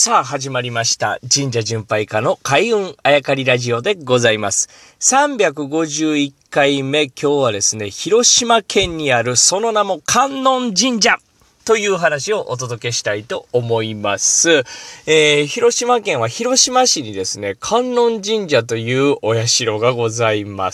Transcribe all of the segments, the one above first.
さあ始まりました。神社巡拝家の開運あやかりラジオでございます。351回目、今日はですね、広島県にあるその名も観音神社という話をお届けしたいと思います。広島県は広島市にですね、観音神社というお社がございます。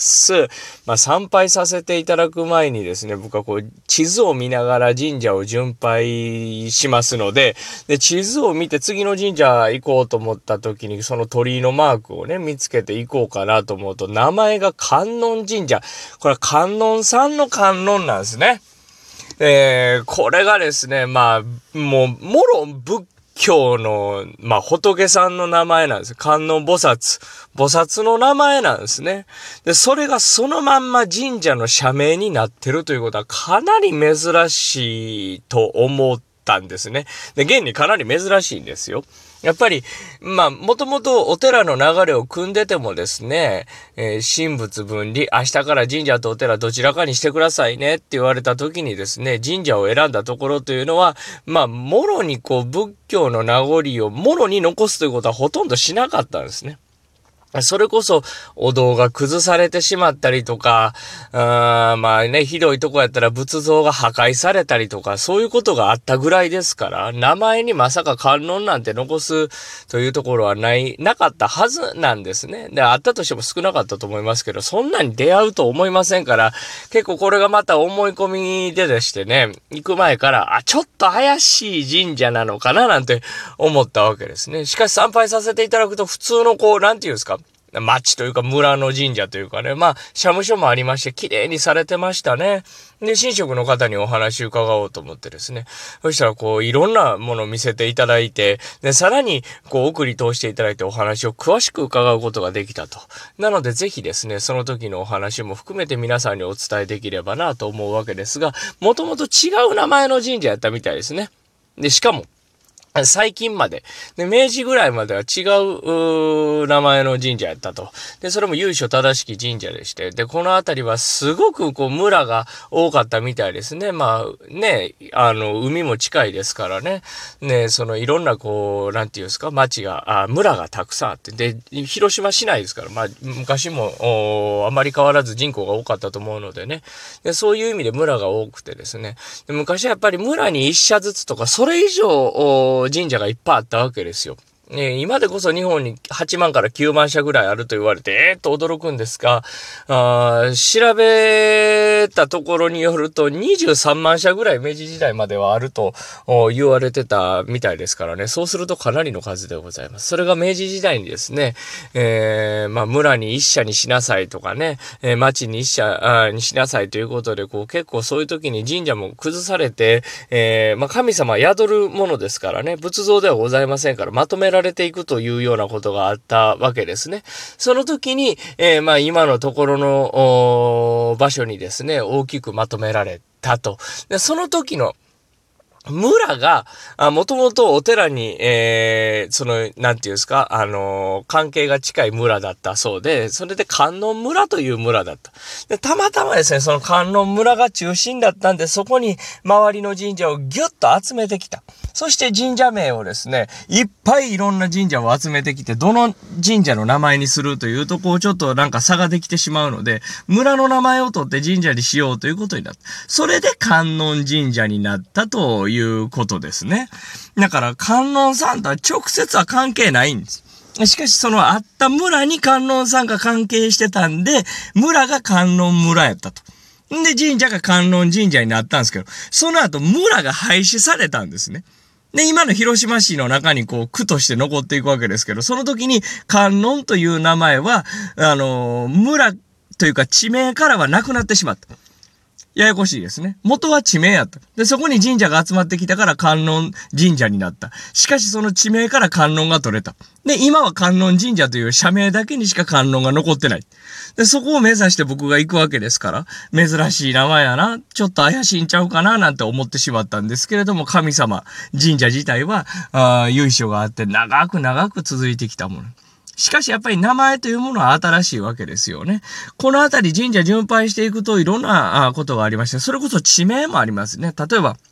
参拝させていただく前にですね、僕は地図を見ながら神社を巡拝しますので、地図を見て次の神社行こうと思った時にその鳥居のマークをね、見つけて行こうかなと思うと、名前が観音神社。これは観音さんの観音なんですね。これがですね、もろ仏教の、仏さんの名前なんです。観音菩薩の名前なんですね。で、それがそのまんま神社の社名になってるということはかなり珍しいと思ったんですね。で、現にかなり珍しいんですよ。やっぱり、もともとお寺の流れを組んでてもですね、神仏分離、明日から神社とお寺どちらかにしてくださいねって言われた時にですね、神社を選んだところというのは、もろに仏教の名残をもろに残すということはほとんどしなかったんですね。それこそ、お堂が崩されてしまったりとか、ひどいとこやったら仏像が破壊されたりとか、そういうことがあったぐらいですから、名前にまさか観音なんて残すというところはなかったはずなんですね。で、あったとしても少なかったと思いますけど、そんなに出会うと思いませんから、結構これがまた思い込みでしてね、行く前から、ちょっと怪しい神社なのかななんて思ったわけですね。しかし参拝させていただくと、普通のなんていうんですか、町というか村の神社というかね、社務所もありまして綺麗にされてましたね。で、神職の方にお話伺おうと思ってですね。そしたらいろんなものを見せていただいて、で、さらに送り通していただいてお話を詳しく伺うことができたと。なのでぜひですね、その時のお話も含めて皆さんにお伝えできればなと思うわけですが、もともと違う名前の神社やったみたいですね。で、しかも、最近まで。で、明治ぐらいまでは違う、名前の神社やったと。で、それも由緒正しき神社でして。で、この辺りはすごく村が多かったみたいですね。海も近いですからね。ね、いろんななんていうんですか、村がたくさんあって。で、広島市内ですから、昔も、あまり変わらず人口が多かったと思うのでね。で、そういう意味で村が多くてですね。で、昔はやっぱり村に一社ずつとか、それ以上、神社がいっぱいあったわけですよ。今でこそ日本に8万から9万社ぐらいあると言われて、と驚くんですが、調べたところによると23万社ぐらい明治時代まではあると言われてたみたいですからね。そうするとかなりの数でございます。それが明治時代にですね、村に一社にしなさいとかね、町に一社にしなさいということで、結構そういう時に神社も崩されて、神様宿るものですからね、仏像ではございませんから、まとめられていくというようなことがあったわけですね。その時に、今のところの場所にですね、大きくまとめられたと。で、その時の村が、もともとお寺に、なんていうんですか、関係が近い村だったそうで、それで観音村という村だった。で、たまたまですね、その観音村が中心だったんで、そこに周りの神社をギュッと集めてきた。そして神社名をですね、いっぱいいろんな神社を集めてきて、どの神社の名前にするというと、ちょっと差ができてしまうので、村の名前を取って神社にしようということになった。それで観音神社になったということですね。だから観音さんとは直接は関係ないんです。しかしあった村に観音さんが関係してたんで、村が観音村やったと。で、神社が観音神社になったんですけど、その後村が廃止されたんですね。で、今の広島市の中に区として残っていくわけですけど、その時に観音という名前は、村というか地名からはなくなってしまった。ややこしいですね。元は地名やった。で、そこに神社が集まってきたから観音神社になった。しかしその地名から観音が取れた。で、今は観音神社という社名だけにしか観音が残ってない。で、そこを目指して僕が行くわけですから、珍しい名前やな、ちょっと怪しいんちゃうかな、なんて思ってしまったんですけれども、神様、神社自体は、由緒があって長く続いてきたもの。しかしやっぱり名前というものは新しいわけですよね。このあたり神社巡拝していくといろんなことがありまして、それこそ地名もありますね。例えば、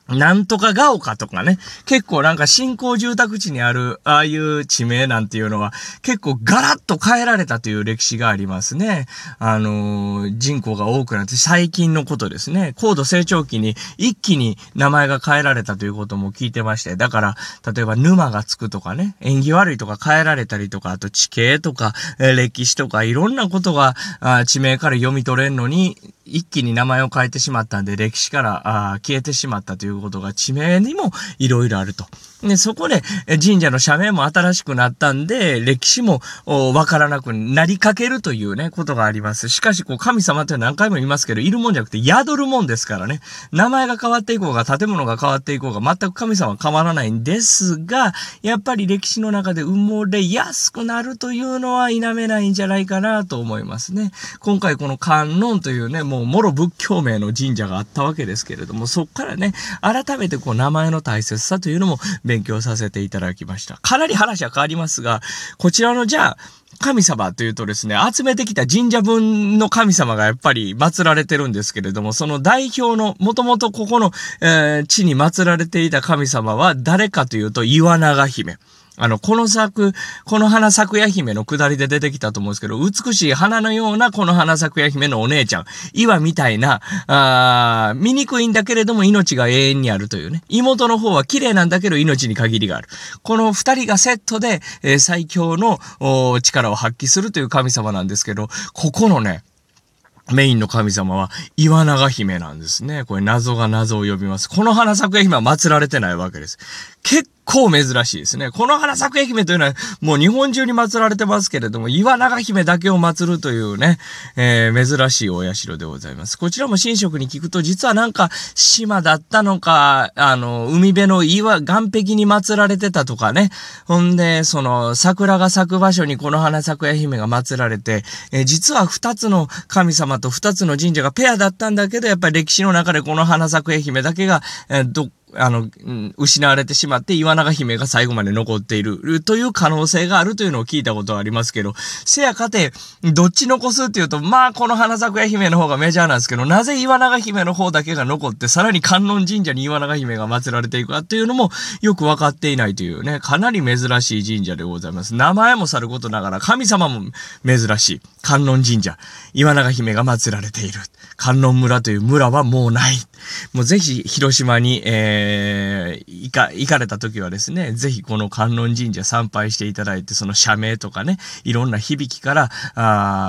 なんとかが丘とかね。結構なんか新興住宅地にある、ああいう地名なんていうのは結構ガラッと変えられたという歴史がありますね。人口が多くなって最近のことですね。高度成長期に一気に名前が変えられたということも聞いてまして。だから、例えば沼がつくとかね、縁起悪いとか変えられたりとか、あと地形とか、歴史とかいろんなことが地名から読み取れんのに、一気に名前を変えてしまったんで、歴史から消えてしまったということが地名にもいろいろあると。で、そこで神社の社名も新しくなったんで、歴史もわからなくなりかけるというね、ことがあります。しかし、神様って何回も言いますけど、いるもんじゃなくて宿るもんですからね。名前が変わっていこうが、建物が変わっていこうが、全く神様は変わらないんですが、やっぱり歴史の中で埋もれやすくなるというのは否めないんじゃないかなと思いますね。今回この観音というね、もろ仏教名の神社があったわけですけれども、そっからね、改めて名前の大切さというのも勉強させていただきました。かなり話は変わりますが、こちらのじゃあ、神様というとですね、集めてきた神社分の神様がやっぱり祀られてるんですけれども、その代表の、もともとここの、地に祀られていた神様は誰かというと、岩永姫。この花咲夜姫の下りで出てきたと思うんですけど、美しい花のようなこの花咲夜姫のお姉ちゃん、岩みたいな、醜いんだけれども命が永遠にあるというね。妹の方は綺麗なんだけど命に限りがある。この二人がセットで、最強の力を発揮するという神様なんですけど、ここのね、メインの神様は岩永姫なんですね。これ謎が謎を呼びます。この花咲夜姫は祀られてないわけです。結構珍しいですね。この花咲夜姫というのはもう日本中に祀られてますけれども、岩永姫だけを祀るというね、珍しいお社でございます。こちらも神職に聞くと実はなんか島だったのか、海辺の岸壁に祀られてたとかね。ほんで、桜が咲く場所にこの花咲夜姫が祀られて、実は二つの神様と二つの神社がペアだったんだけど、やっぱり歴史の中でこの花咲夜姫だけが、失われてしまって岩永姫が最後まで残っているという可能性があるというのを聞いたことはありますけど、せやかて、どっち残すっていうと、この花咲夜姫の方がメジャーなんですけど、なぜ岩永姫の方だけが残って、さらに観音神社に岩永姫が祀られていくかっていうのもよくわかっていないというね、かなり珍しい神社でございます。名前もさることながら、神様も珍しい。観音神社。岩永姫が祀られている。観音村という村はもうない。もうぜひ、広島に、行かれた時はですね、ぜひこの観音神社参拝していただいて、その社名とかね、いろんな響きから、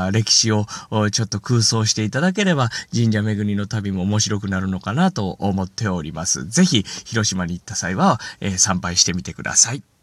歴史をちょっと空想していただければ、神社巡りの旅も面白くなるのかなと思っております。ぜひ、広島に行った際は、参拝してみてください。